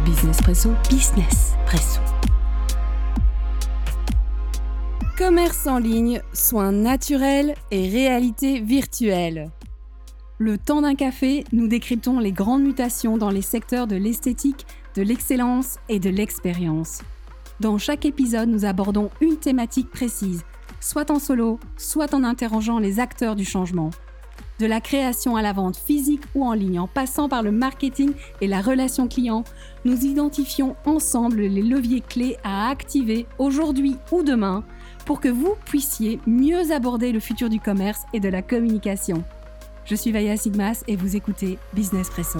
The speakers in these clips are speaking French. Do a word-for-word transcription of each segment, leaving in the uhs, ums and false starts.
Business Presso, Business Presso. Commerce en ligne, soins naturels et réalité virtuelle. Le temps d'un café, nous décryptons les grandes mutations dans les secteurs de l'esthétique, de l'excellence et de l'expérience. Dans chaque épisode, nous abordons une thématique précise, soit en solo, soit en interrogeant les acteurs du changement. De la création à la vente physique ou en ligne, en passant par le marketing et la relation client, nous identifions ensemble les leviers clés à activer aujourd'hui ou demain pour que vous puissiez mieux aborder le futur du commerce et de la communication. Je suis Vaya Sigmas et vous écoutez Business Presso.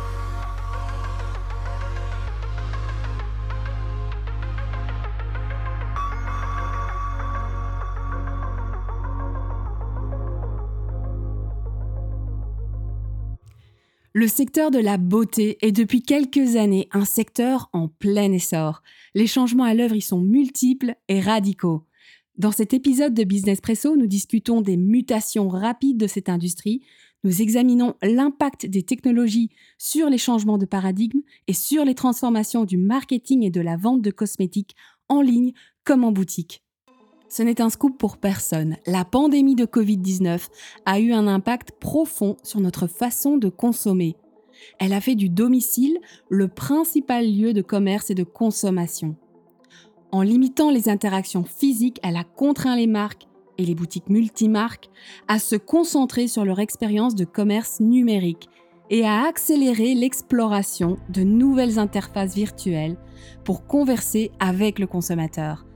Le secteur de la beauté est depuis quelques années un secteur en plein essor. Les changements à l'œuvre y sont multiples et radicaux. Dans cet épisode de Business Presso, nous discutons des mutations rapides de cette industrie, nous examinons l'impact des technologies sur les changements de paradigme et sur les transformations du marketing et de la vente de cosmétiques en ligne comme en boutique. Ce n'est un scoop pour personne. La pandémie de covid dix-neuf a eu un impact profond sur notre façon de consommer. Elle a fait du domicile le principal lieu de commerce et de consommation. En limitant les interactions physiques, elle a contraint les marques et les boutiques multimarques à se concentrer sur leur expérience de commerce numérique et à accélérer l'exploration de nouvelles interfaces virtuelles pour converser avec le consommateur.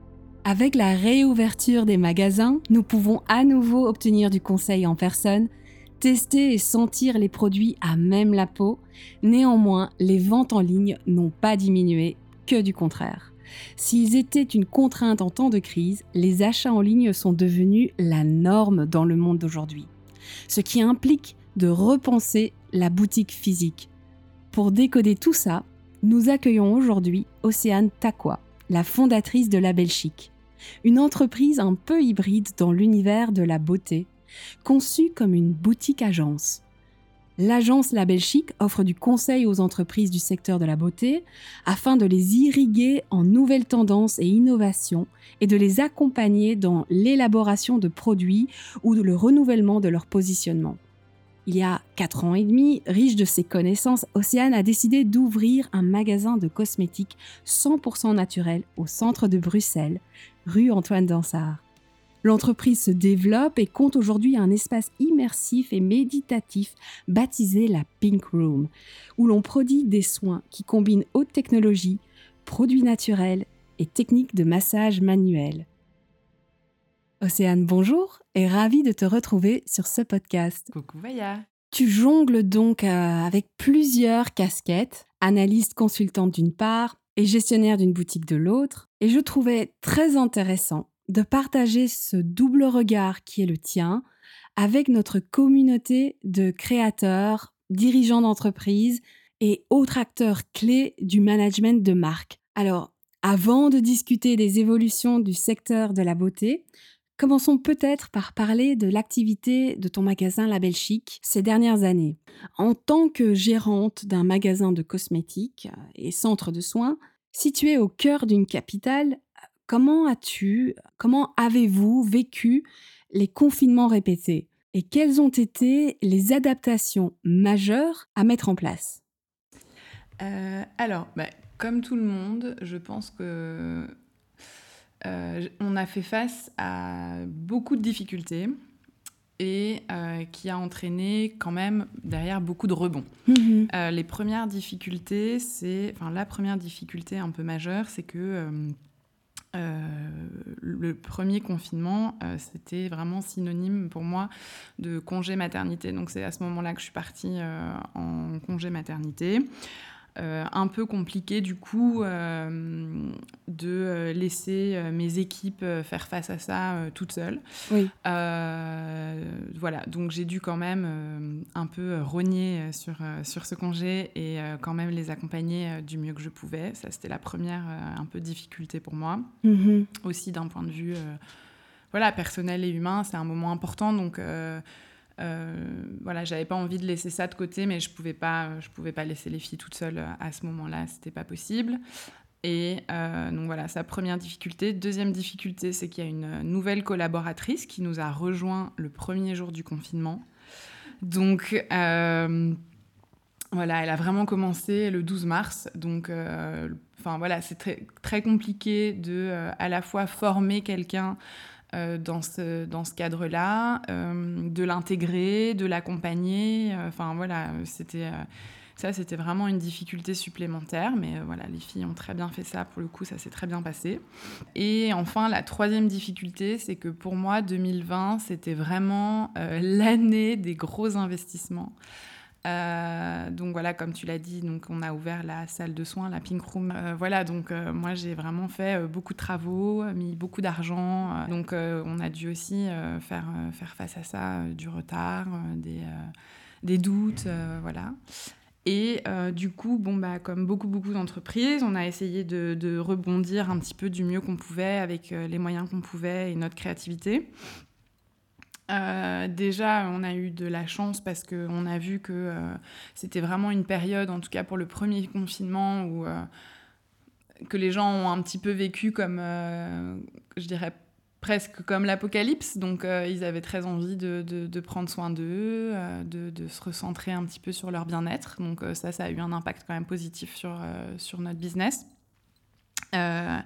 Avec la réouverture des magasins, nous pouvons à nouveau obtenir du conseil en personne, tester et sentir les produits à même la peau. Néanmoins, les ventes en ligne n'ont pas diminué, que du contraire. S'ils étaient une contrainte en temps de crise, les achats en ligne sont devenus la norme dans le monde d'aujourd'hui. Ce qui implique de repenser la boutique physique. Pour décoder tout ça, nous accueillons aujourd'hui Océane Taqwa, la fondatrice de Label Chic. Une entreprise un peu hybride dans l'univers de la beauté, conçue comme une boutique-agence. L'agence Label Chic offre du conseil aux entreprises du secteur de la beauté afin de les irriguer en nouvelles tendances et innovations et de les accompagner dans l'élaboration de produits ou le renouvellement de leur positionnement. Il y a quatre ans et demi, riche de ses connaissances, Océane a décidé d'ouvrir un magasin de cosmétiques cent pour cent naturel au centre de Bruxelles, rue Antoine Dansart. L'entreprise se développe et compte aujourd'hui un espace immersif et méditatif baptisé la Pink Room, où l'on prodigue des soins qui combinent haute technologie, produits naturels et techniques de massage manuel. Océane, bonjour et ravie de te retrouver sur ce podcast. Coucou Vaya. Tu jongles donc euh, avec plusieurs casquettes, analyste consultante d'une part et gestionnaire d'une boutique de l'autre, et je trouvais très intéressant de partager ce double regard qui est le tien avec notre communauté de créateurs, dirigeants d'entreprise et autres acteurs clés du management de marque. Alors, avant de discuter des évolutions du secteur de la beauté, commençons peut-être par parler de l'activité de ton magasin Label Chic ces dernières années. En tant que gérante d'un magasin de cosmétiques et centre de soins, situé au cœur d'une capitale, comment as-tu, comment avez-vous vécu les confinements répétés et quelles ont été les adaptations majeures à mettre en place ? euh, Alors, bah, comme tout le monde, je pense que Euh, on a fait face à beaucoup de difficultés et euh, qui a entraîné quand même derrière beaucoup de rebonds. Mmh. Euh, les premières difficultés, c'est, enfin la première difficulté un peu majeure, c'est que euh, euh, le premier confinement, euh, c'était vraiment synonyme pour moi de congé maternité. Donc c'est à ce moment-là que je suis partie euh, en congé maternité. Euh, un peu compliqué du coup euh, de laisser euh, mes équipes euh, faire face à ça euh, toute seule. Oui. Euh, voilà, donc j'ai dû quand même euh, un peu rogner sur, euh, sur ce congé et euh, quand même les accompagner euh, du mieux que je pouvais. Ça, c'était la première euh, un peu difficulté pour moi. Mm-hmm. Aussi d'un point de vue euh, voilà, personnel et humain, c'est un moment important. Donc... Euh, euh, voilà, j'avais pas envie de laisser ça de côté, mais je pouvais pas, je pouvais pas laisser les filles toutes seules à ce moment-là, c'était pas possible. Et euh, donc voilà, sa première difficulté. Deuxième difficulté, c'est qu'il y a une nouvelle collaboratrice qui nous a rejoint le premier jour du confinement. Donc euh, voilà, elle a vraiment commencé le douze mars. Donc euh, enfin voilà, c'est très, très compliqué de euh, à la fois former quelqu'un euh, dans ce, dans ce cadre-là, euh, de l'intégrer, de l'accompagner. Enfin euh, voilà, c'était... Euh, Ça, c'était vraiment une difficulté supplémentaire, mais euh, voilà, les filles ont très bien fait ça, pour le coup, ça s'est très bien passé. Et enfin, la troisième difficulté, c'est que pour moi, deux mille vingt, c'était vraiment euh, l'année des gros investissements. Euh, donc voilà, comme tu l'as dit, donc on a ouvert la salle de soins, la Pink Room. Euh, voilà, donc euh, moi j'ai vraiment fait euh, beaucoup de travaux, mis beaucoup d'argent. Euh, donc euh, on a dû aussi euh, faire, euh, faire face à ça, euh, du retard, euh, des, euh, des doutes, euh, voilà. Et euh, du coup, bon, bah, comme beaucoup, beaucoup d'entreprises, on a essayé de, de rebondir un petit peu du mieux qu'on pouvait avec euh, les moyens qu'on pouvait et notre créativité. Euh, déjà, on a eu de la chance parce qu'on a vu que euh, c'était vraiment une période, en tout cas pour le premier confinement, où, euh, que les gens ont un petit peu vécu comme, euh, je dirais, presque comme l'apocalypse, donc euh, ils avaient très envie de, de, de prendre soin d'eux, euh, de, de se recentrer un petit peu sur leur bien-être, donc euh, ça, ça a eu un impact quand même positif sur, euh, sur notre business. Euh,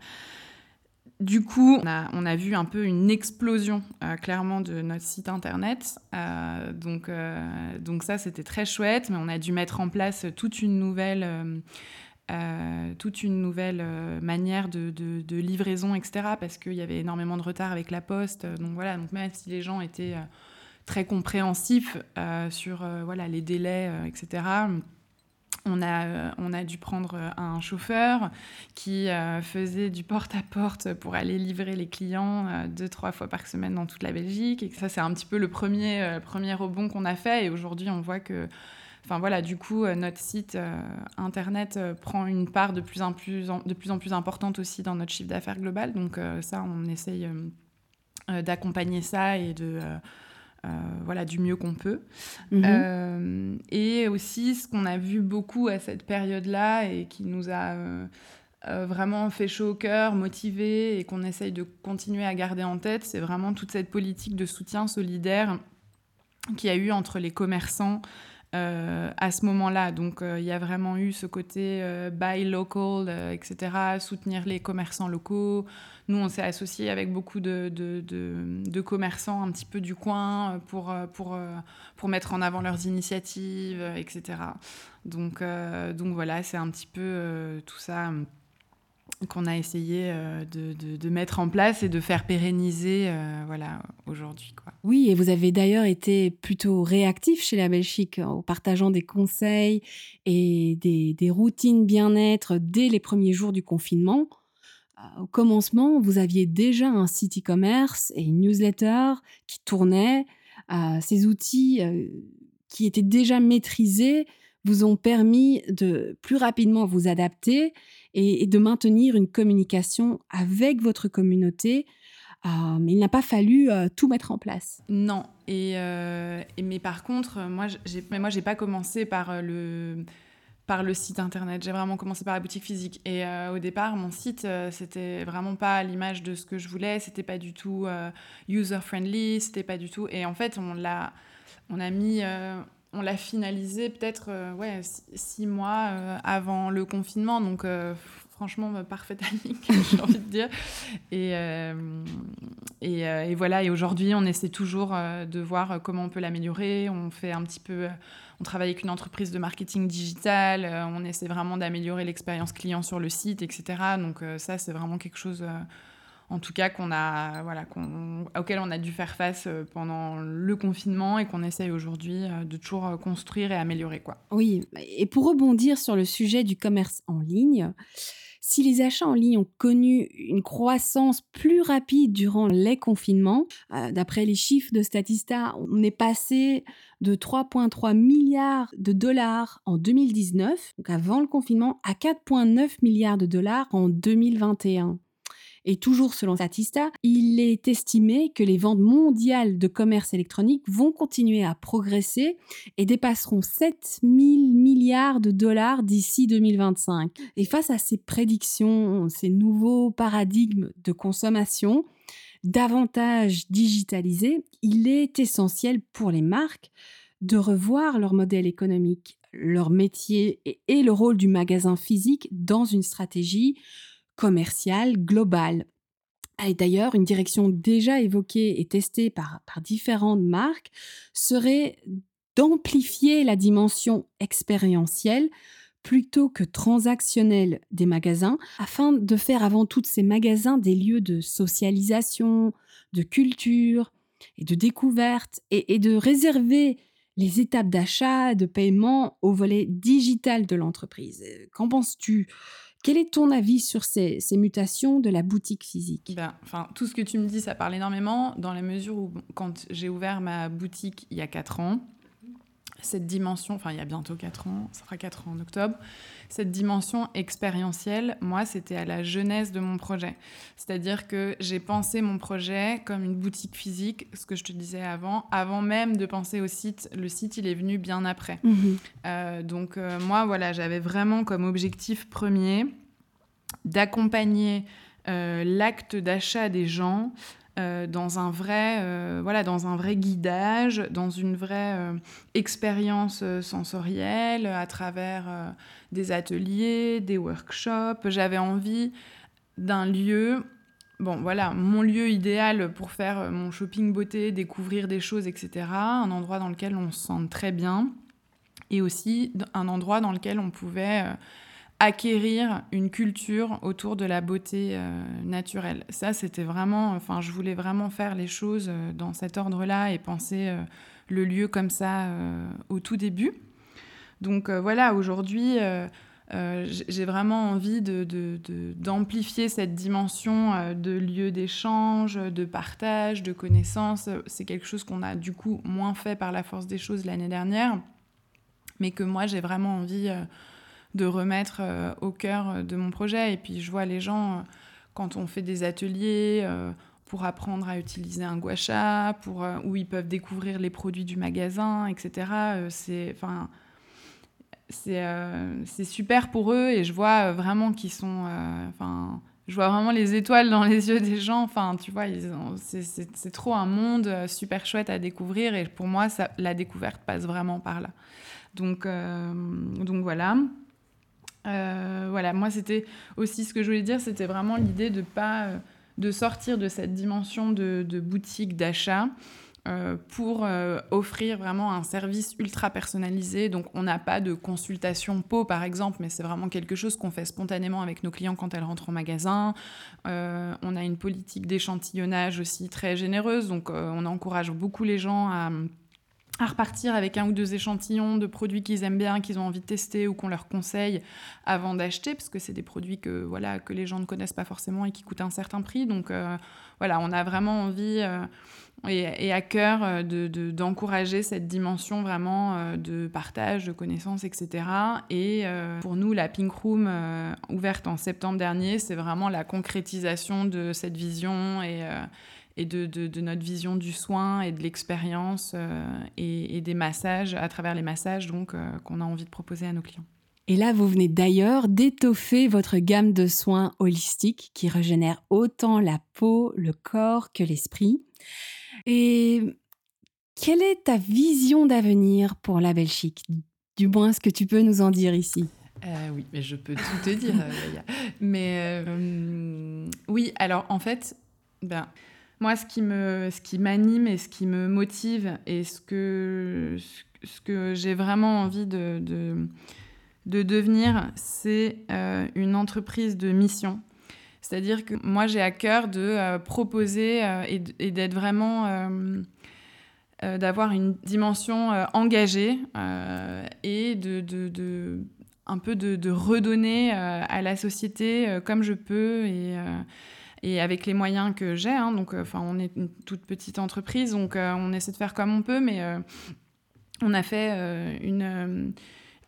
du coup, on a, on a vu un peu une explosion, euh, clairement, de notre site internet, euh, donc, euh, donc ça, c'était très chouette, mais on a dû mettre en place toute une nouvelle... Euh, Euh, toute une nouvelle euh, manière de, de, de livraison, et cetera, parce qu'il y avait énormément de retard avec la poste. Donc voilà, donc même si les gens étaient euh, très compréhensifs euh, sur euh, voilà, les délais, euh, et cetera, on a, euh, on a dû prendre un chauffeur qui euh, faisait du porte-à-porte pour aller livrer les clients euh, deux, trois fois par semaine dans toute la Belgique. Et ça, c'est un petit peu le premier, euh, premier rebond qu'on a fait. Et aujourd'hui, on voit que Enfin voilà, du coup, euh, notre site euh, internet euh, prend une part de plus, en plus en, de plus en plus importante aussi dans notre chiffre d'affaires global. Donc euh, ça, on essaye euh, euh, d'accompagner ça et de euh, euh, voilà du mieux qu'on peut. Mmh. Euh, et aussi, ce qu'on a vu beaucoup à cette période-là et qui nous a euh, euh, vraiment fait chaud au cœur, motivé et qu'on essaye de continuer à garder en tête, c'est vraiment toute cette politique de soutien solidaire qu'il y a eu entre les commerçants. Euh, à ce moment-là, donc il euh, y a vraiment eu ce côté euh, buy local, euh, et cetera, soutenir les commerçants locaux. Nous, on s'est associés avec beaucoup de, de, de, de commerçants un petit peu du coin pour, pour, pour mettre en avant leurs initiatives, et cetera. Donc, euh, donc voilà, c'est un petit peu euh, tout ça qu'on a essayé euh, de, de, de mettre en place et de faire pérenniser euh, voilà, aujourd'hui, quoi. Oui, et vous avez d'ailleurs été plutôt réactif chez Label Chic en partageant des conseils et des, des routines bien-être dès les premiers jours du confinement. Au commencement, vous aviez déjà un site e-commerce et une newsletter qui tournait. Euh, ces outils euh, qui étaient déjà maîtrisés vous ont permis de plus rapidement vous adapter et, et de maintenir une communication avec votre communauté. Euh, mais il n'a pas fallu euh, tout mettre en place. Non. Et, euh, et mais par contre, moi, j'ai, mais moi, j'ai pas commencé par le par le site internet. J'ai vraiment commencé par la boutique physique. Et euh, au départ, mon site, euh, c'était vraiment pas à l'image de ce que je voulais. C'était pas du tout euh, user-friendly. C'était pas du tout. Et en fait, on l'a, on a mis, euh, on l'a finalisé peut-être, euh, ouais, six, six mois euh, avant le confinement. Donc, euh, franchement, parfait timing, j'ai envie de dire. Et, euh, et, euh, et voilà. Et aujourd'hui, on essaie toujours euh, de voir comment on peut l'améliorer. On fait un petit peu... On travaille avec une entreprise de marketing digital, euh, on essaie vraiment d'améliorer l'expérience client sur le site, et cetera. Donc euh, ça, c'est vraiment quelque chose, euh, en tout cas, qu'on a, voilà, qu'on, auquel on a dû faire face euh, pendant le confinement et qu'on essaye aujourd'hui euh, de toujours euh, construire et améliorer, quoi. Oui, et pour rebondir sur le sujet du commerce en ligne, si les achats en ligne ont connu une croissance plus rapide durant les confinements, euh, d'après les chiffres de Statista, on est passé de trois virgule trois milliards de dollars en deux mille dix-neuf, donc avant le confinement, à quatre virgule neuf milliards de dollars en deux mille vingt et un. Et toujours selon Statista, il est estimé que les ventes mondiales de commerce électronique vont continuer à progresser et dépasseront sept mille milliards de dollars d'ici deux mille vingt-cinq. Et face à ces prédictions, ces nouveaux paradigmes de consommation, davantage digitalisés, il est essentiel pour les marques de revoir leur modèle économique, leur métier et, et le rôle du magasin physique dans une stratégie commerciale globale. Et d'ailleurs, une direction déjà évoquée et testée par, par différentes marques serait d'amplifier la dimension expérientielle plutôt que transactionnelle des magasins, afin de faire avant tout ces magasins des lieux de socialisation, de culture et de découverte, et, et de réserver les étapes d'achat, de paiement au volet digital de l'entreprise. Qu'en penses-tu ? Quel est ton avis sur ces, ces mutations de la boutique physique ? Ben, enfin, tout ce que tu me dis, ça parle énormément, dans la mesure où, bon, quand j'ai ouvert ma boutique il y a quatre ans, cette dimension, enfin il y a bientôt quatre ans, ça fera quatre ans en octobre, cette dimension expérientielle, moi, c'était à la genèse de mon projet. C'est-à-dire que j'ai pensé mon projet comme une boutique physique, ce que je te disais avant, avant même de penser au site. Le site, il est venu bien après. Mmh. Euh, donc euh, moi, voilà, j'avais vraiment comme objectif premier d'accompagner euh, l'acte d'achat des gens euh, dans un vrai, euh, voilà, dans un vrai guidage, dans une vraie euh, expérience euh, sensorielle, à travers euh, des ateliers, des workshops. J'avais envie d'un lieu, bon voilà, mon lieu idéal pour faire mon shopping beauté, découvrir des choses, et cetera. Un endroit dans lequel on se sente très bien, et aussi un endroit dans lequel on pouvait euh, acquérir une culture autour de la beauté euh, naturelle. Ça, c'était vraiment... Enfin, je voulais vraiment faire les choses euh, dans cet ordre-là et penser euh, le lieu comme ça euh, au tout début. Donc euh, voilà, aujourd'hui, euh, euh, j'ai vraiment envie de, de, de, d'amplifier cette dimension euh, de lieu d'échange, de partage, de connaissances. C'est quelque chose qu'on a du coup moins fait par la force des choses l'année dernière, mais que moi, j'ai vraiment envie... Euh, de remettre euh, au cœur de mon projet. Et puis je vois les gens, euh, quand on fait des ateliers euh, pour apprendre à utiliser un gua sha, pour, euh, où ils peuvent découvrir les produits du magasin, et cetera. Euh, c'est, c'est, euh, c'est super pour eux, et je vois vraiment qu'ils sont... Euh, je vois vraiment les étoiles dans les yeux des gens. Enfin, tu vois, ils ont, c'est, c'est, c'est trop un monde super chouette à découvrir, et pour moi, ça, la découverte passe vraiment par là. Donc, euh, donc voilà. Euh, voilà, moi c'était aussi ce que je voulais dire, c'était vraiment l'idée de pas euh, de sortir de cette dimension de, de boutique d'achat euh, pour euh, offrir vraiment un service ultra personnalisé. Donc on n'a pas de consultation peau par exemple, mais c'est vraiment quelque chose qu'on fait spontanément avec nos clients quand elles rentrent au magasin. Euh, on a une politique d'échantillonnage aussi très généreuse, donc euh, on encourage beaucoup les gens à à repartir avec un ou deux échantillons de produits qu'ils aiment bien, qu'ils ont envie de tester ou qu'on leur conseille avant d'acheter, parce que c'est des produits que, voilà, que les gens ne connaissent pas forcément et qui coûtent un certain prix. Donc euh, voilà, on a vraiment envie euh, et, et à cœur de, de, d'encourager cette dimension vraiment euh, de partage, de connaissances, et cetera. Et euh, pour nous, la Pink Room, euh, ouverte en septembre dernier, c'est vraiment la concrétisation de cette vision et... Euh, et de, de, de notre vision du soin et de l'expérience euh, et, et des massages, à travers les massages donc, euh, qu'on a envie de proposer à nos clients. Et là, vous venez d'ailleurs d'étoffer votre gamme de soins holistiques qui régénèrent autant la peau, le corps que l'esprit. Et quelle est ta vision d'avenir pour Label Chic ? Du moins, ce que tu peux nous en dire ici. Euh, oui, mais je peux tout te dire, Laïa. Mais euh, oui, alors en fait... Ben, moi, ce qui, me, ce qui m'anime et ce qui me motive et ce que, ce que j'ai vraiment envie de, de, de devenir, c'est euh, une entreprise de mission. C'est-à-dire que moi, j'ai à cœur de euh, proposer euh, et, et d'être vraiment... Euh, euh, d'avoir une dimension euh, engagée euh, et de, de, de, un peu de, de redonner euh, à la société euh, comme je peux et... Euh, et avec les moyens que j'ai, hein, donc euh, on est une toute petite entreprise, donc euh, on essaie de faire comme on peut, mais euh, on a fait euh, une, euh,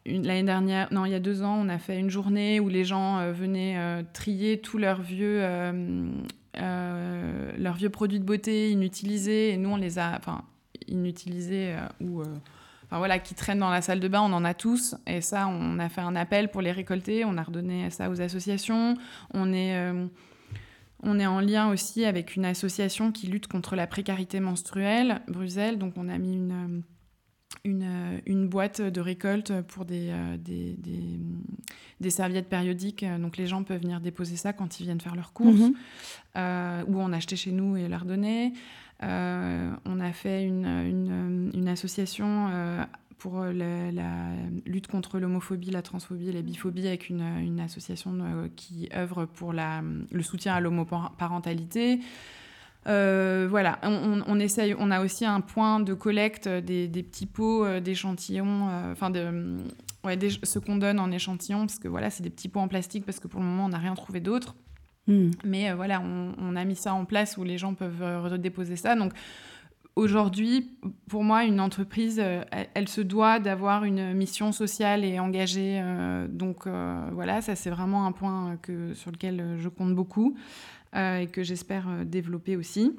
une, l'année dernière, non, il y a deux ans, on a fait une journée où les gens euh, venaient euh, trier tous leurs vieux, euh, euh, leurs vieux produits de beauté inutilisés. Et nous, on les a, enfin, inutilisés euh, ou, euh, enfin voilà, qui traînent dans la salle de bain, on en a tous. Et ça, on a fait un appel pour les récolter. On a redonné ça aux associations. On est euh, On est en lien aussi avec une association qui lutte contre la précarité menstruelle, Bruxelles. Donc, on a mis une, une, une boîte de récolte pour des, des, des, des serviettes périodiques. Donc, les gens peuvent venir déposer ça quand ils viennent faire leurs courses, mmh. euh, ou en acheter chez nous et leur donner. Euh, on a fait une, une, une association euh, pour la, la lutte contre l'homophobie, la transphobie et la biphobie, avec une, une association euh, qui œuvre pour la, le soutien à l'homoparentalité. Euh, voilà, on, on, essaye, on a aussi un point de collecte des, des petits pots euh, d'échantillons, enfin euh, de, ouais, des, ce qu'on donne en échantillons, parce que voilà, c'est des petits pots en plastique, parce que pour le moment, on n'a rien trouvé d'autre. Mmh. Mais euh, voilà, on, on a mis ça en place où les gens peuvent redéposer ça. Donc, aujourd'hui, pour moi, une entreprise, euh, elle, elle se doit d'avoir une mission sociale et engagée. Euh, donc euh, voilà, ça c'est vraiment un point que, sur lequel je compte beaucoup euh, et que j'espère euh, développer aussi.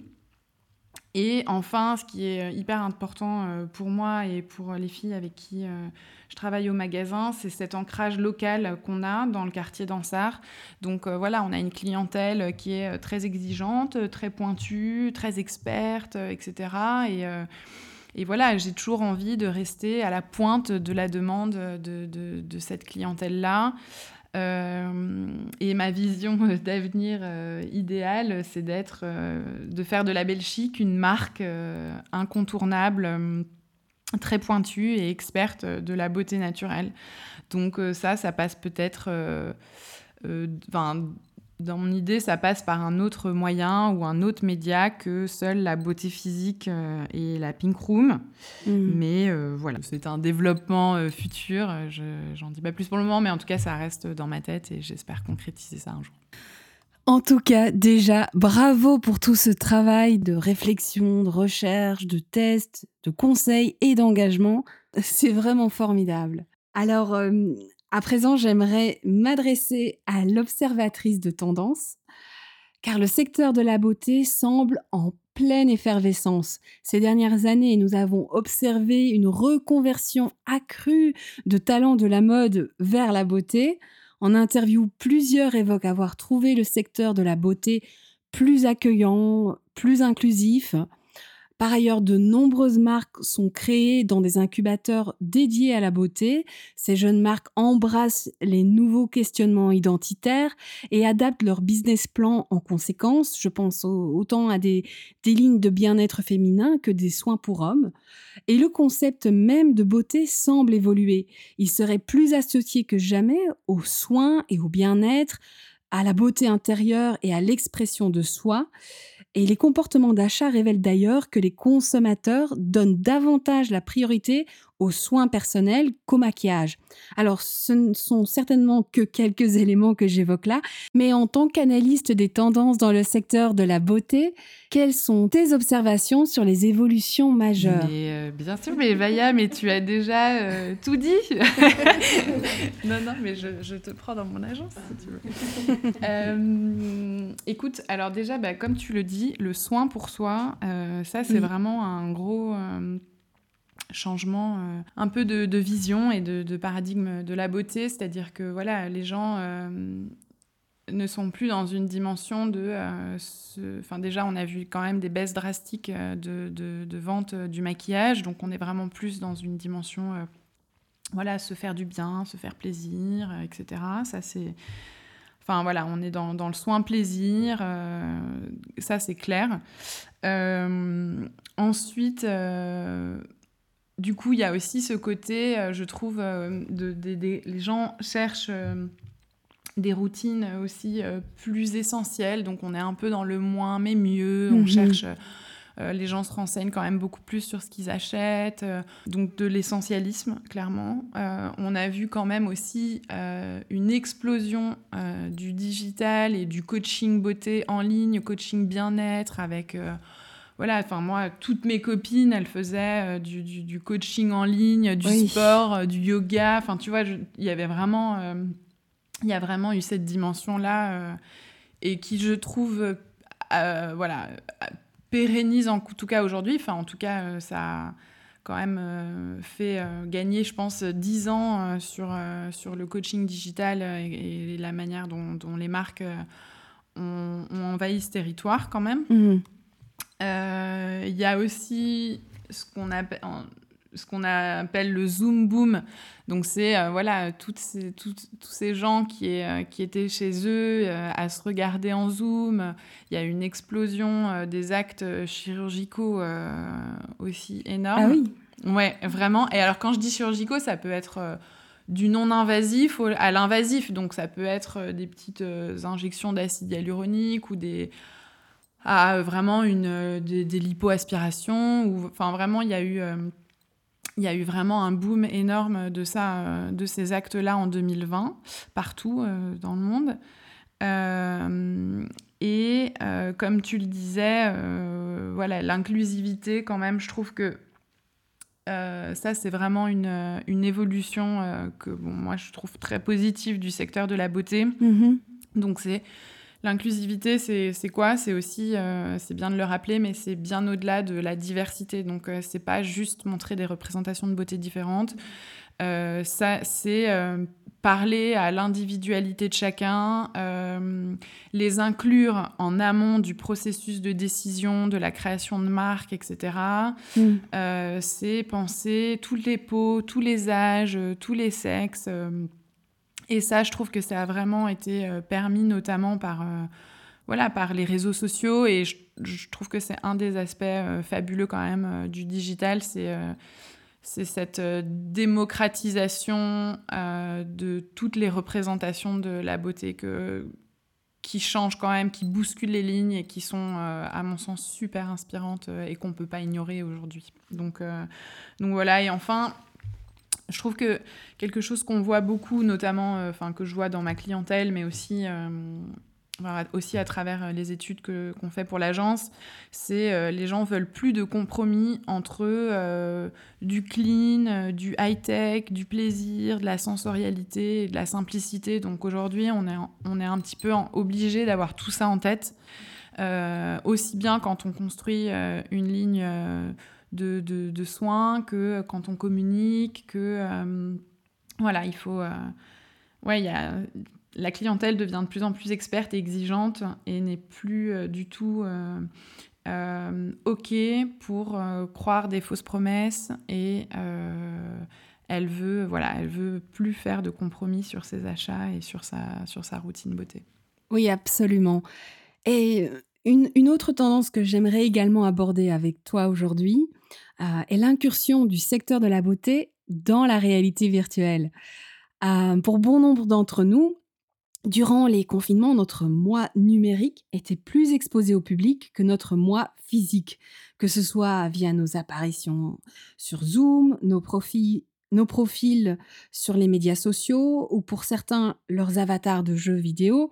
Et enfin, ce qui est hyper important euh, pour moi et pour les filles avec qui euh, je travaille au magasin, c'est cet ancrage local qu'on a dans le quartier d'Ansart. Donc euh, voilà, on a une clientèle qui est très exigeante, très pointue, très experte, euh, et cetera. Et, euh, et voilà, j'ai toujours envie de rester à la pointe de la demande de, de, de cette clientèle-là. Euh, et ma vision d'avenir euh, idéale, c'est d'être, euh, de faire de La Belle Chic une marque euh, incontournable, euh, très pointue et experte de la beauté naturelle. Donc euh, ça, ça passe peut-être... Euh, euh, dans mon idée, ça passe par un autre moyen ou un autre média que seule la beauté physique euh, et la Pink Room. Mmh. Mais euh, voilà, c'est un développement euh, futur. Je, j'en dis pas plus pour le moment, mais en tout cas, ça reste dans ma tête et j'espère concrétiser ça un jour. En tout cas, déjà, bravo pour tout ce travail de réflexion, de recherche, de test, de conseils et d'engagement. C'est vraiment formidable. Alors... Euh, À présent, j'aimerais m'adresser à l'observatrice de tendance, car le secteur de la beauté semble en pleine effervescence. Ces dernières années, nous avons observé une reconversion accrue de talents de la mode vers la beauté. En interview, plusieurs évoquent avoir trouvé le secteur de la beauté plus accueillant, plus inclusif. Par ailleurs, de nombreuses marques sont créées dans des incubateurs dédiés à la beauté. Ces jeunes marques embrassent les nouveaux questionnements identitaires et adaptent leur business plan en conséquence. Je pense autant à des, des lignes de bien-être féminin que des soins pour hommes. Et le concept même de beauté semble évoluer. Il serait plus associé que jamais aux soins et au bien-être, à la beauté intérieure et à l'expression de soi. Et les comportements d'achat révèlent d'ailleurs que les consommateurs donnent davantage la priorité aux soins personnels qu'au maquillage. Alors, ce ne sont certainement que quelques éléments que j'évoque là, mais en tant qu'analyste des tendances dans le secteur de la beauté, quelles sont tes observations sur les évolutions majeures ? Mais euh, bien sûr, mais Vaya, mais tu as déjà euh, tout dit. non, non, mais je, je te prends dans mon agence, si tu veux. euh, écoute, alors déjà, bah, comme tu le dis, le soin pour soi, euh, ça, c'est oui. vraiment un gros... Euh, changement, euh, un peu de, de vision et de, de paradigme de la beauté, c'est-à-dire que voilà, les gens euh, ne sont plus dans une dimension de... Euh, ce... Enfin, déjà, on a vu quand même des baisses drastiques de, de, de vente du maquillage, donc on est vraiment plus dans une dimension, euh, voilà, se faire du bien, se faire plaisir, et cetera. Ça, c'est... Enfin, voilà, on est dans, dans le soin plaisir, euh, ça, c'est clair. Euh, ensuite... Euh, Du coup, il y a aussi ce côté, euh, je trouve, euh, de, de, de, les gens cherchent euh, des routines aussi euh, plus essentielles. Donc, on est un peu dans le moins mais mieux. Mm-hmm. On cherche, euh, les gens se renseignent quand même beaucoup plus sur ce qu'ils achètent. Euh, donc, de l'essentialisme, clairement. Euh, on a vu quand même aussi euh, une explosion euh, du digital et du coaching beauté en ligne, coaching bien-être avec... Euh, voilà, enfin moi, toutes mes copines, elles faisaient euh, du, du, du coaching en ligne, du Oui. sport, euh, du yoga. Enfin, tu vois, il y avait vraiment, il euh, y a vraiment eu cette dimension-là euh, et qui, je trouve, euh, voilà, pérennise en tout cas aujourd'hui. Enfin, en tout cas, euh, ça a quand même euh, fait euh, gagner, je pense, dix ans euh, sur, euh, sur le coaching digital et, et la manière dont, dont les marques euh, ont, ont envahi ce territoire quand même. Mmh. Il euh, y a aussi ce qu'on appelle, ce qu'on appelle le Zoom Boom. Donc, c'est euh, voilà, toutes ces, toutes, tous ces gens qui, est, qui étaient chez eux euh, à se regarder en Zoom. Il y a une explosion euh, des actes chirurgicaux euh, aussi énorme. Ah oui. Ouais, vraiment. Et alors, quand je dis chirurgicaux, ça peut être euh, du non-invasif à l'invasif. Donc, ça peut être euh, des petites euh, injections d'acide hyaluronique ou des... à vraiment une, euh, des, des lipoaspirations. Ou, enfin, vraiment, il y a eu... Euh, il y a eu vraiment un boom énorme de, ça, euh, de ces actes-là en deux mille vingt, partout euh, dans le monde. Euh, et euh, comme tu le disais, euh, voilà, l'inclusivité, quand même, je trouve que euh, ça, c'est vraiment une, une évolution euh, que bon, moi, je trouve très positive du secteur de la beauté. Mmh. Donc, c'est... L'inclusivité, c'est, c'est quoi ? C'est aussi, euh, c'est bien de le rappeler, mais c'est bien au-delà de la diversité. Donc, euh, c'est pas juste montrer des représentations de beauté différentes. Euh, ça, c'est euh, parler à l'individualité de chacun, euh, les inclure en amont du processus de décision, de la création de marque, et cetera. Mmh. Euh, c'est penser toutes les peaux, tous les âges, tous les sexes. Euh, Et ça, je trouve que ça a vraiment été euh, permis notamment par, euh, voilà, par les réseaux sociaux. Et je, je trouve que c'est un des aspects euh, fabuleux quand même euh, du digital. C'est, euh, c'est cette euh, démocratisation euh, de toutes les représentations de la beauté que, qui changent quand même, qui bousculent les lignes et qui sont, euh, à mon sens, super inspirantes euh, et qu'on ne peut pas ignorer aujourd'hui. Donc, euh, donc voilà, et enfin... Je trouve que quelque chose qu'on voit beaucoup, notamment, euh, enfin, que je vois dans ma clientèle, mais aussi, euh, enfin, aussi à travers les études que, qu'on fait pour l'agence, c'est euh, les gens veulent plus de compromis entre euh, du clean, euh, du high-tech, du plaisir, de la sensorialité et de la simplicité. Donc aujourd'hui, on est, on est un petit peu en, obligé d'avoir tout ça en tête, euh, aussi bien quand on construit euh, une ligne... Euh, De, de, de soins, que quand on communique, que euh, voilà, il faut... Euh, ouais, il y a, la clientèle devient de plus en plus experte et exigeante et n'est plus euh, du tout euh, euh, OK pour euh, croire des fausses promesses et euh, elle veut, voilà, elle veut plus faire de compromis sur ses achats et sur sa, sur sa routine beauté. Oui, absolument. Et une, une autre tendance que j'aimerais également aborder avec toi aujourd'hui euh, est l'incursion du secteur de la beauté dans la réalité virtuelle. Euh, pour bon nombre d'entre nous, durant les confinements, notre moi numérique était plus exposé au public que notre moi physique, que ce soit via nos apparitions sur Zoom, nos profils, nos profils sur les médias sociaux ou pour certains leurs avatars de jeux vidéo.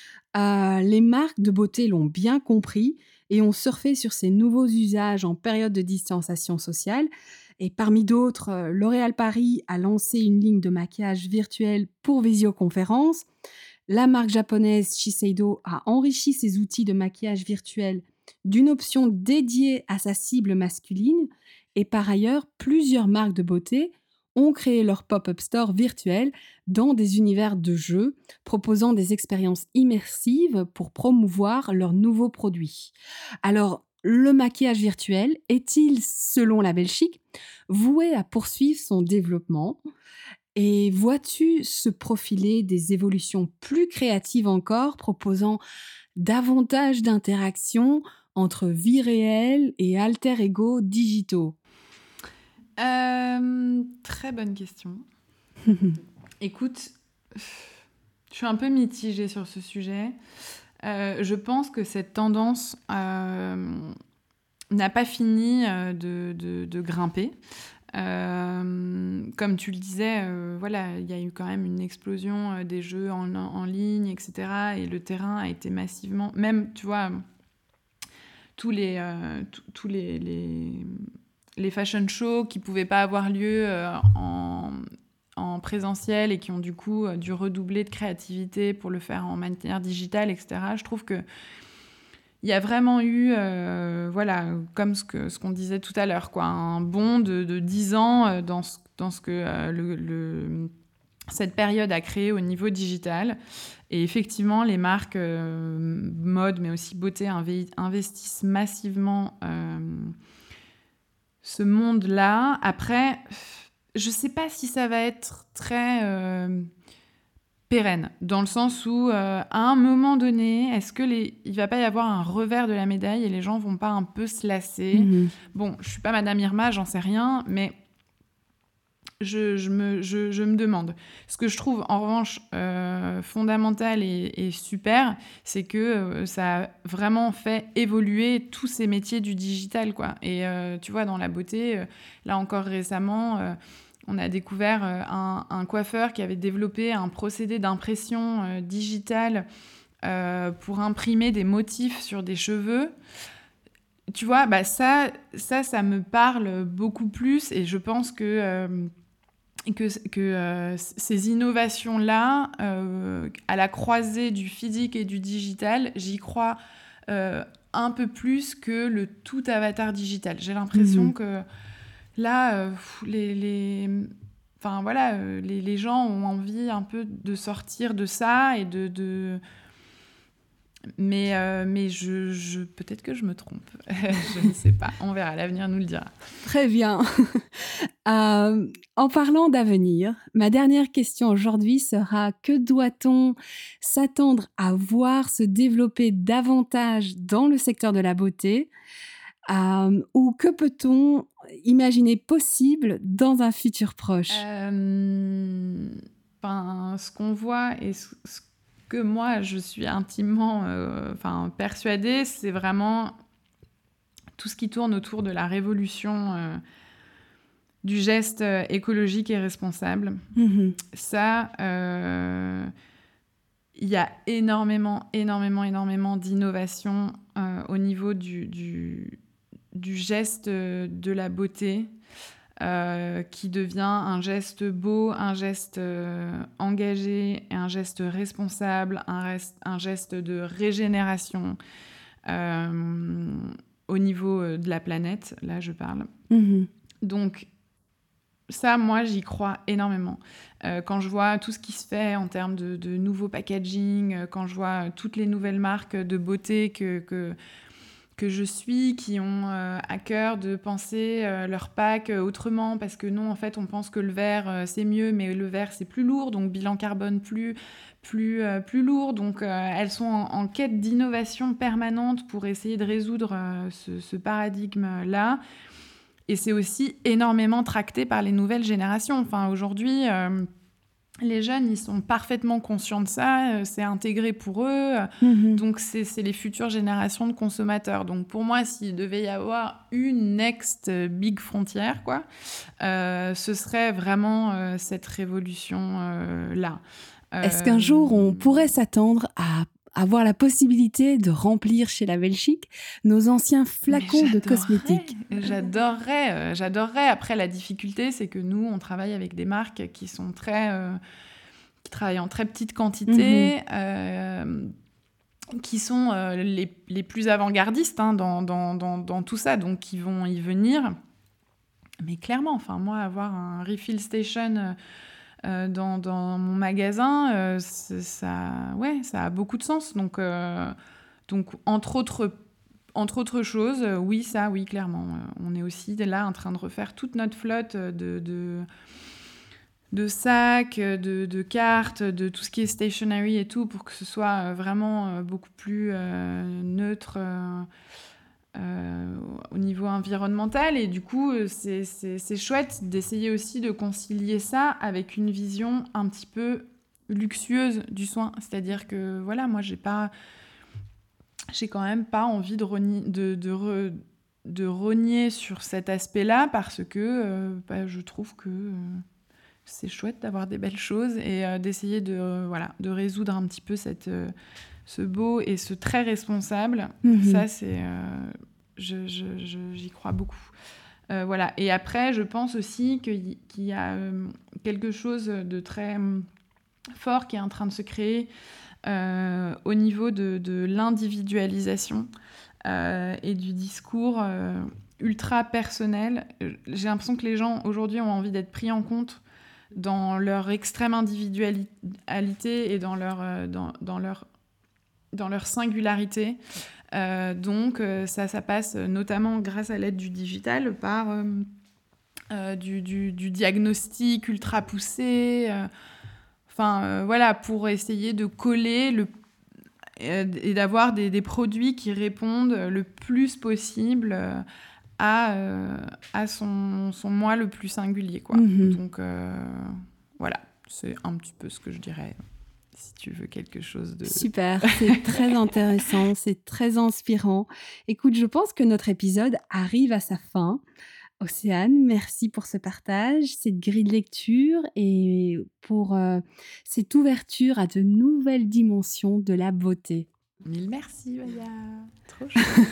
Euh, les marques de beauté l'ont bien compris et ont surfé sur ces nouveaux usages en période de distanciation sociale. Et parmi d'autres, euh, L'Oréal Paris a lancé une ligne de maquillage virtuel pour visioconférence. La marque japonaise Shiseido a enrichi ses outils de maquillage virtuel d'une option dédiée à sa cible masculine. Et par ailleurs, plusieurs marques de beauté ont créé leur pop-up store virtuel dans des univers de jeux, proposant des expériences immersives pour promouvoir leurs nouveaux produits. Alors, le maquillage virtuel est-il, selon Label Chic, voué à poursuivre son développement ? Et vois-tu se profiler des évolutions plus créatives encore, proposant davantage d'interactions entre vie réelle et alter ego digitaux ? Euh, très bonne question. Écoute, je suis un peu mitigée sur ce sujet. Euh, je pense que cette tendance euh, n'a pas fini euh, de, de, de grimper. Euh, comme tu le disais, euh, voilà, il y a eu quand même une explosion euh, des jeux en, en ligne, et cetera. Et le terrain a été massivement... Même, tu vois... tous les, euh, tous les, les, les fashion shows qui ne pouvaient pas avoir lieu euh, en, en présentiel et qui ont du coup dû redoubler de créativité pour le faire en manière digitale, et cetera. Je trouve que il y a vraiment eu, euh, voilà, comme ce, que, ce qu'on disait tout à l'heure, quoi, un bond de, de dix ans euh, dans, ce, dans ce que euh, le, le, cette période a créé au niveau digital. Et effectivement, les marques euh, mode, mais aussi beauté, inv- investissent massivement euh, ce monde-là. Après, je ne sais pas si ça va être très... Euh, pérenne, dans le sens où, euh, à un moment donné, est-ce que les... il va pas y avoir un revers de la médaille et les gens vont pas un peu se lasser ? Mmh. Bon, je suis pas Madame Irma, j'en sais rien, mais je, je, me, je, je me demande. Ce que je trouve, en revanche, euh, fondamental et, et super, c'est que euh, ça a vraiment fait évoluer tous ces métiers du digital, quoi. Et euh, tu vois, dans la beauté, euh, là encore récemment... Euh, on a découvert euh, un, un coiffeur qui avait développé un procédé d'impression euh, digitale euh, pour imprimer des motifs sur des cheveux. Tu vois, bah ça, ça, ça me parle beaucoup plus et je pense que, euh, que, que euh, ces innovations-là, euh, à la croisée du physique et du digital, j'y crois euh, un peu plus que le tout avatar digital. J'ai l'impression mmh. que là, euh, les, les, enfin, voilà, euh, les, les gens ont envie un peu de sortir de ça et de... de... Mais, euh, mais je, je, peut-être que je me trompe. Je ne sais pas. On verra, l'avenir nous le dira. Très bien. euh, en parlant d'avenir, ma dernière question aujourd'hui sera: que doit-on s'attendre à voir se développer davantage dans le secteur de la beauté ? Euh, ou que peut-on imaginer possible dans un futur proche ? euh, ben, Ce qu'on voit et ce, ce que moi je suis intimement euh, persuadée, c'est vraiment tout ce qui tourne autour de la révolution euh, du geste euh, écologique et responsable. Mmh. Ça, euh, il y a énormément, énormément, énormément d'innovation euh, au niveau du, du, du geste de la beauté euh, qui devient un geste beau, un geste euh, engagé, un geste responsable, un, reste, un geste de régénération euh, au niveau de la planète, là je parle. Mmh. Donc, ça, moi, j'y crois énormément. Euh, quand je vois tout ce qui se fait en termes de, de nouveaux packaging, euh, quand je vois toutes les nouvelles marques de beauté que, que, que je suis, qui ont euh, à cœur de penser euh, leur pack autrement, parce que non, en fait, on pense que le verre, euh, c'est mieux, mais le verre, c'est plus lourd, donc bilan carbone plus, plus, euh, plus lourd. Donc, euh, elles sont en, en quête d'innovation permanente pour essayer de résoudre euh, ce, ce paradigme-là. Et c'est aussi énormément tracté par les nouvelles générations. Enfin, aujourd'hui, euh, les jeunes, ils sont parfaitement conscients de ça. Euh, c'est intégré pour eux. Mmh. Donc, c'est, c'est les futures générations de consommateurs. Donc, pour moi, s'il devait y avoir une next big frontière, quoi, euh, ce serait vraiment euh, cette révolution-là. Euh, Est-ce qu'un jour, on pourrait s'attendre à avoir la possibilité de remplir chez La Belle Chic nos anciens flacons de cosmétiques ? J'adorerais, euh, j'adorerais. Après, la difficulté, c'est que nous, on travaille avec des marques qui sont très, euh, qui travaillent en très petite quantité, mmh. euh, qui sont euh, les, les plus avant-gardistes hein, dans, dans, dans, dans tout ça, donc qui vont y venir. Mais clairement, enfin moi, avoir un refill station euh, Euh, dans, dans mon magasin, euh, ça, ouais, ça a beaucoup de sens. Donc, euh, donc entre, autres, entre autres choses, euh, oui, ça, oui, clairement. Euh, on est aussi là en train de refaire toute notre flotte de, de, de sacs, de, de cartes, de tout ce qui est stationery et tout, pour que ce soit vraiment beaucoup plus euh, neutre euh, Euh, au niveau environnemental. Et du coup, c'est, c'est, c'est chouette d'essayer aussi de concilier ça avec une vision un petit peu luxueuse du soin. C'est-à-dire que, voilà, moi, j'ai pas... J'ai quand même pas envie de, renier, de, de, re, de rogner sur cet aspect-là parce que euh, bah, je trouve que euh, c'est chouette d'avoir des belles choses et euh, d'essayer de, euh, voilà, de résoudre un petit peu cette... Euh, ce beau et ce très responsable. Mmh. Ça, c'est, euh, je, je, je, j'y crois beaucoup. Euh, voilà. Et après, je pense aussi qu'il y, qu'il y a euh, quelque chose de très euh, fort qui est en train de se créer euh, au niveau de, de l'individualisation euh, et du discours euh, ultra personnel. J'ai l'impression que les gens aujourd'hui ont envie d'être pris en compte dans leur extrême individualité et dans leur, euh, dans, dans leur, dans leur singularité. Euh, donc euh, ça, ça passe notamment grâce à l'aide du digital par euh, euh, du, du, du diagnostic ultra poussé, euh, enfin euh, voilà, pour essayer de coller le, euh, et d'avoir des, des produits qui répondent le plus possible euh, à, euh, à son, son moi le plus singulier, quoi. Mmh. Donc euh, voilà, c'est un petit peu ce que je dirais. Si tu veux quelque chose de... Super, c'est très intéressant, c'est très inspirant. Écoute, je pense que notre épisode arrive à sa fin. Océane, merci pour ce partage, cette grille de lecture et pour euh, cette ouverture à de nouvelles dimensions de la beauté. Mille merci, Maya. Trop chouette.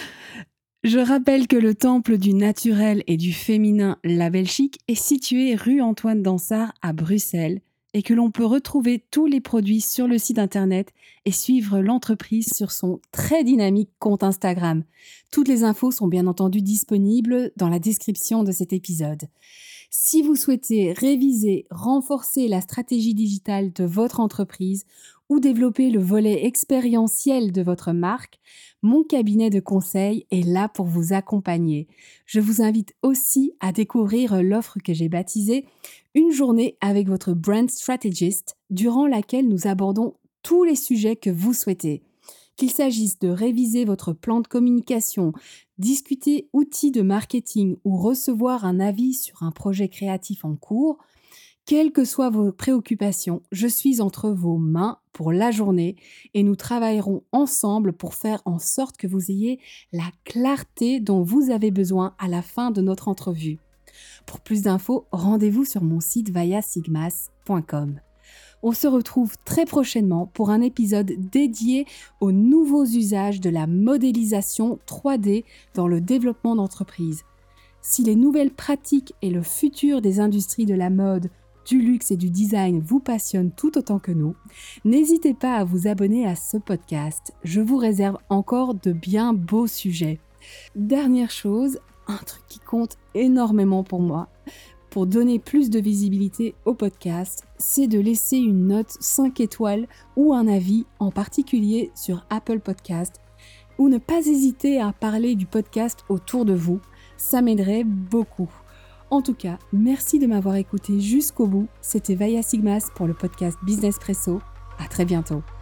Je rappelle que le temple du naturel et du féminin Label Chic est situé rue Antoine Dansart à Bruxelles et que l'on peut retrouver tous les produits sur le site internet et suivre l'entreprise sur son très dynamique compte Instagram. Toutes les infos sont bien entendu disponibles dans la description de cet épisode. Si vous souhaitez réviser, renforcer la stratégie digitale de votre entreprise ou développer le volet expérientiel de votre marque, mon cabinet de conseil est là pour vous accompagner. Je vous invite aussi à découvrir l'offre que j'ai baptisée « Une journée avec votre brand strategist » durant laquelle nous abordons tous les sujets que vous souhaitez. Qu'il s'agisse de réviser votre plan de communication, discuter outils de marketing ou recevoir un avis sur un projet créatif en cours, quelles que soient vos préoccupations, je suis entre vos mains pour la journée et nous travaillerons ensemble pour faire en sorte que vous ayez la clarté dont vous avez besoin à la fin de notre entrevue. Pour plus d'infos, rendez-vous sur mon site vaya sigmas point com. On se retrouve très prochainement pour un épisode dédié aux nouveaux usages de la modélisation trois D dans le développement d'entreprise. Si les nouvelles pratiques et le futur des industries de la mode, du luxe et du design vous passionnent tout autant que nous, n'hésitez pas à vous abonner à ce podcast. Je vous réserve encore de bien beaux sujets. Dernière chose, un truc qui compte énormément pour moi, pour donner plus de visibilité au podcast, c'est de laisser une note cinq étoiles ou un avis, en particulier sur Apple Podcast, ou ne pas hésiter à parler du podcast autour de vous. Ça m'aiderait beaucoup. En tout cas, merci de m'avoir écouté jusqu'au bout. C'était Vaya Sigmas pour le podcast Business Presso. À très bientôt.